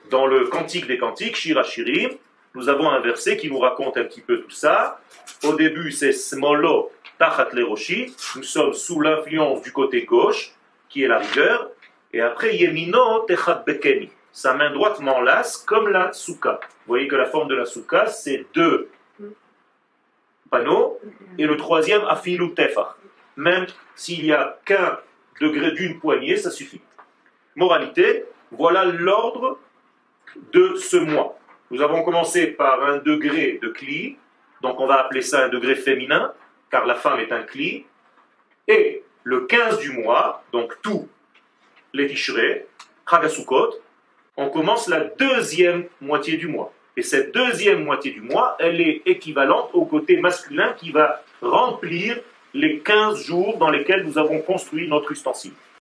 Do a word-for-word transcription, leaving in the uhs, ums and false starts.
dans le Cantique des Cantiques, Shir HaShirim, nous avons un verset qui nous raconte un petit peu tout ça. Au début, c'est Smolo Tachat Leroshi, nous sommes sous l'influence du côté gauche, qui est la rigueur, et après Yemino Techat Bekeni, sa main droite m'enlace comme la souka. Vous voyez que la forme de la souka, c'est deux panneaux, et le troisième, Afilu Tefach. Même s'il n'y a qu'un degré d'une poignée, ça suffit. Moralité, voilà l'ordre de ce mois. Nous avons commencé par un degré de Kli, donc on va appeler ça un degré féminin, car la femme est un Kli, et le quinze du mois, donc tous les Tishrei, Chagasukot, on commence la deuxième moitié du mois. Et cette deuxième moitié du mois, elle est équivalente au côté masculin qui va remplir les quinze jours dans lesquels nous avons construit notre ustensile.